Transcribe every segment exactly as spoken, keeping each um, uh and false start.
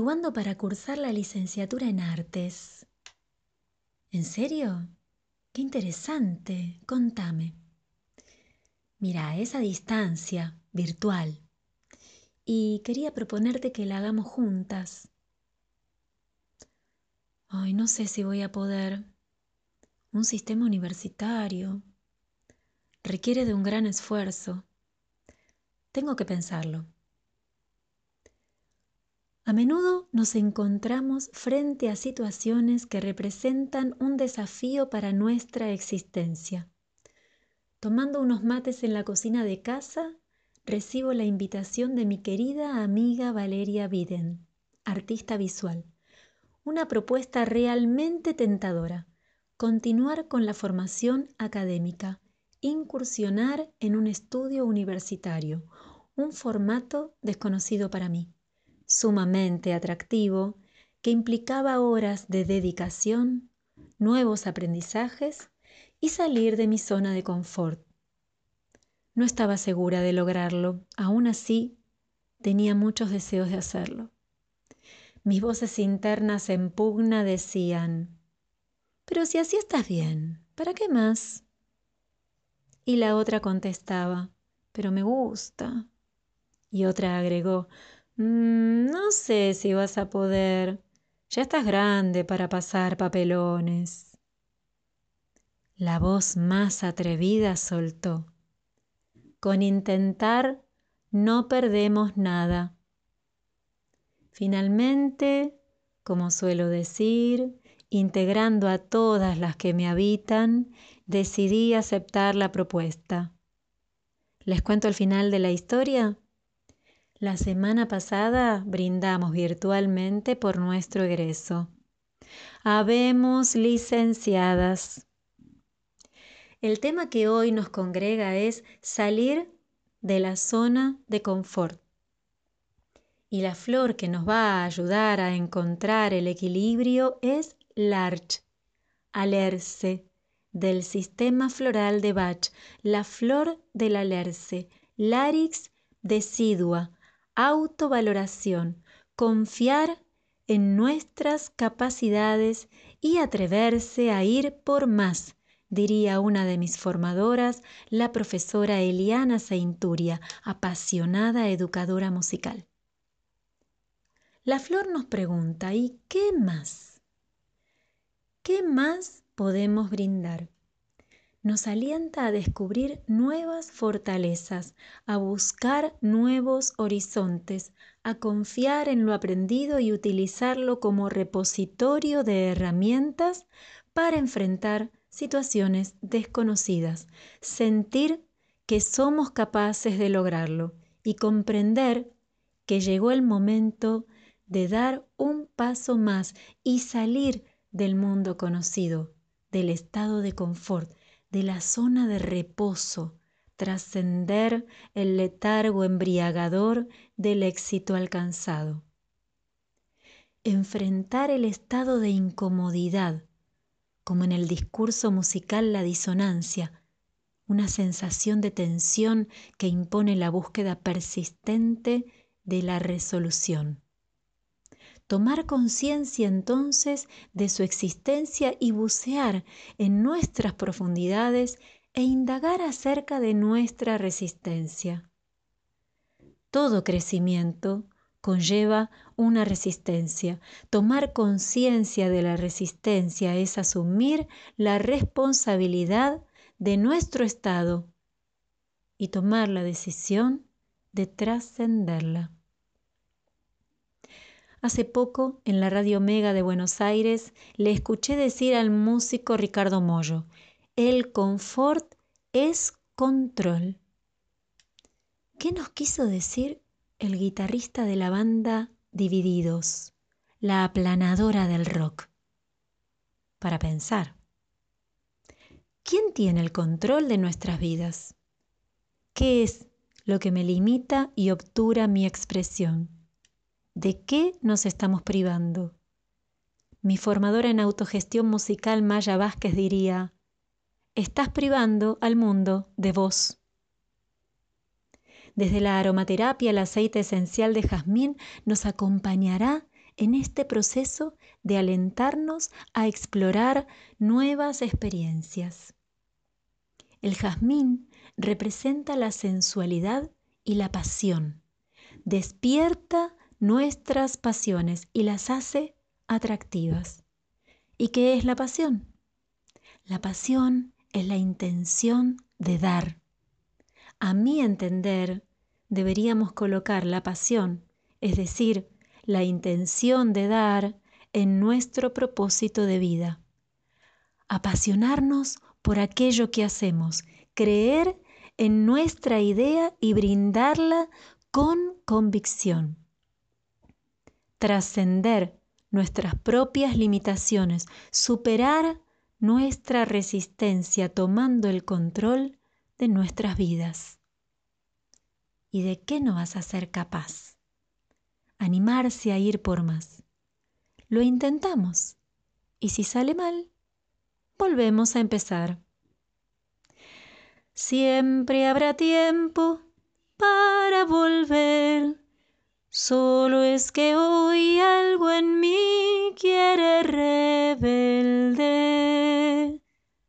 averiguando para cursar la licenciatura en artes. ¿En serio? ¡Qué interesante! Contame. Mira, es a distancia, virtual. Y quería proponerte que la hagamos juntas. Ay, no sé si voy a poder. Un sistema universitario requiere de un gran esfuerzo. Tengo que pensarlo. A menudo nos encontramos frente a situaciones que representan un desafío para nuestra existencia. Tomando unos mates en la cocina de casa, recibo la invitación de mi querida amiga Valeria Biden, artista visual. Una propuesta realmente tentadora: continuar con la formación académica, incursionar en un estudio universitario, un formato desconocido para mí, sumamente atractivo, que implicaba horas de dedicación, nuevos aprendizajes y salir de mi zona de confort. No estaba segura de lograrlo, aún así tenía muchos deseos de hacerlo. Mis voces internas en pugna decían: «Pero si así estás bien, ¿para qué más?». Y la otra contestaba: «Pero me gusta». Y otra agregó: «Mmm, no sé si vas a poder. Ya estás grande para pasar papelones». La voz más atrevida soltó: «Con intentar no perdemos nada». Finalmente, como suelo decir, integrando a todas las que me habitan, decidí aceptar la propuesta. ¿Les cuento el final de la historia? La semana pasada brindamos virtualmente por nuestro egreso. Habemos licenciadas. El tema que hoy nos congrega es salir de la zona de confort. Y la flor que nos va a ayudar a encontrar el equilibrio es Larch, Alerce, del sistema floral de Bach, la flor del alerce, Larix decidua, autovaloración, confiar en nuestras capacidades y atreverse a ir por más, diría una de mis formadoras, la profesora Eliana Seinturia, apasionada educadora musical. La flor nos pregunta: ¿y qué más? ¿Qué más podemos brindar? Nos alienta a descubrir nuevas fortalezas, a buscar nuevos horizontes, a confiar en lo aprendido y utilizarlo como repositorio de herramientas para enfrentar situaciones desconocidas, sentir que somos capaces de lograrlo y comprender que llegó el momento de dar un paso más y salir del mundo conocido, del estado de confort, de la zona de reposo, trascender el letargo embriagador del éxito alcanzado. Enfrentar el estado de incomodidad, como en el discurso musical la disonancia, una sensación de tensión que impone la búsqueda persistente de la resolución. Tomar conciencia entonces de su existencia y bucear en nuestras profundidades e indagar acerca de nuestra resistencia. Todo crecimiento conlleva una resistencia. Tomar conciencia de la resistencia es asumir la responsabilidad de nuestro estado y tomar la decisión de trascenderla. Hace poco, en la Radio Mega de Buenos Aires, le escuché decir al músico Ricardo Mollo: «El confort es control». ¿Qué nos quiso decir el guitarrista de la banda Divididos, la aplanadora del rock? Para pensar. ¿Quién tiene el control de nuestras vidas? ¿Qué es lo que me limita y obtura mi expresión? ¿De qué nos estamos privando? Mi formadora en autogestión musical, Maya Vázquez, diría: «Estás privando al mundo de vos». Desde la aromaterapia, el aceite esencial de jazmín nos acompañará en este proceso de alentarnos a explorar nuevas experiencias. El jazmín representa la sensualidad y la pasión. Despierta nuestras pasiones y las hace atractivas. ¿Y qué es la pasión? La pasión es la intención de dar. A mi entender, deberíamos colocar la pasión, es decir, la intención de dar, en nuestro propósito de vida. Apasionarnos por aquello que hacemos, creer en nuestra idea y brindarla con convicción. Trascender nuestras propias limitaciones, superar nuestra resistencia tomando el control de nuestras vidas. ¿Y de qué no vas a ser capaz? Animarse a ir por más. Lo intentamos y si sale mal, volvemos a empezar. Siempre habrá tiempo para volver. Solo es que hoy algo en mí quiere rebelde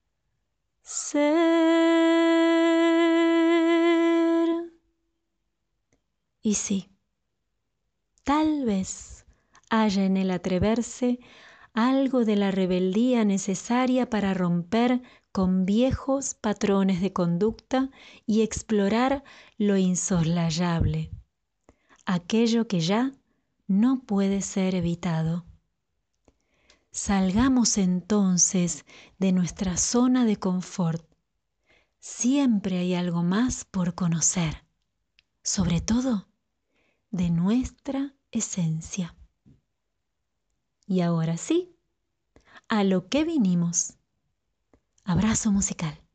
ser. Y sí, tal vez haya en el atreverse algo de la rebeldía necesaria para romper con viejos patrones de conducta y explorar lo insoslayable, aquello que ya no puede ser evitado. Salgamos entonces de nuestra zona de confort. Siempre hay algo más por conocer, sobre todo de nuestra esencia. Y ahora sí, a lo que vinimos. Abrazo musical.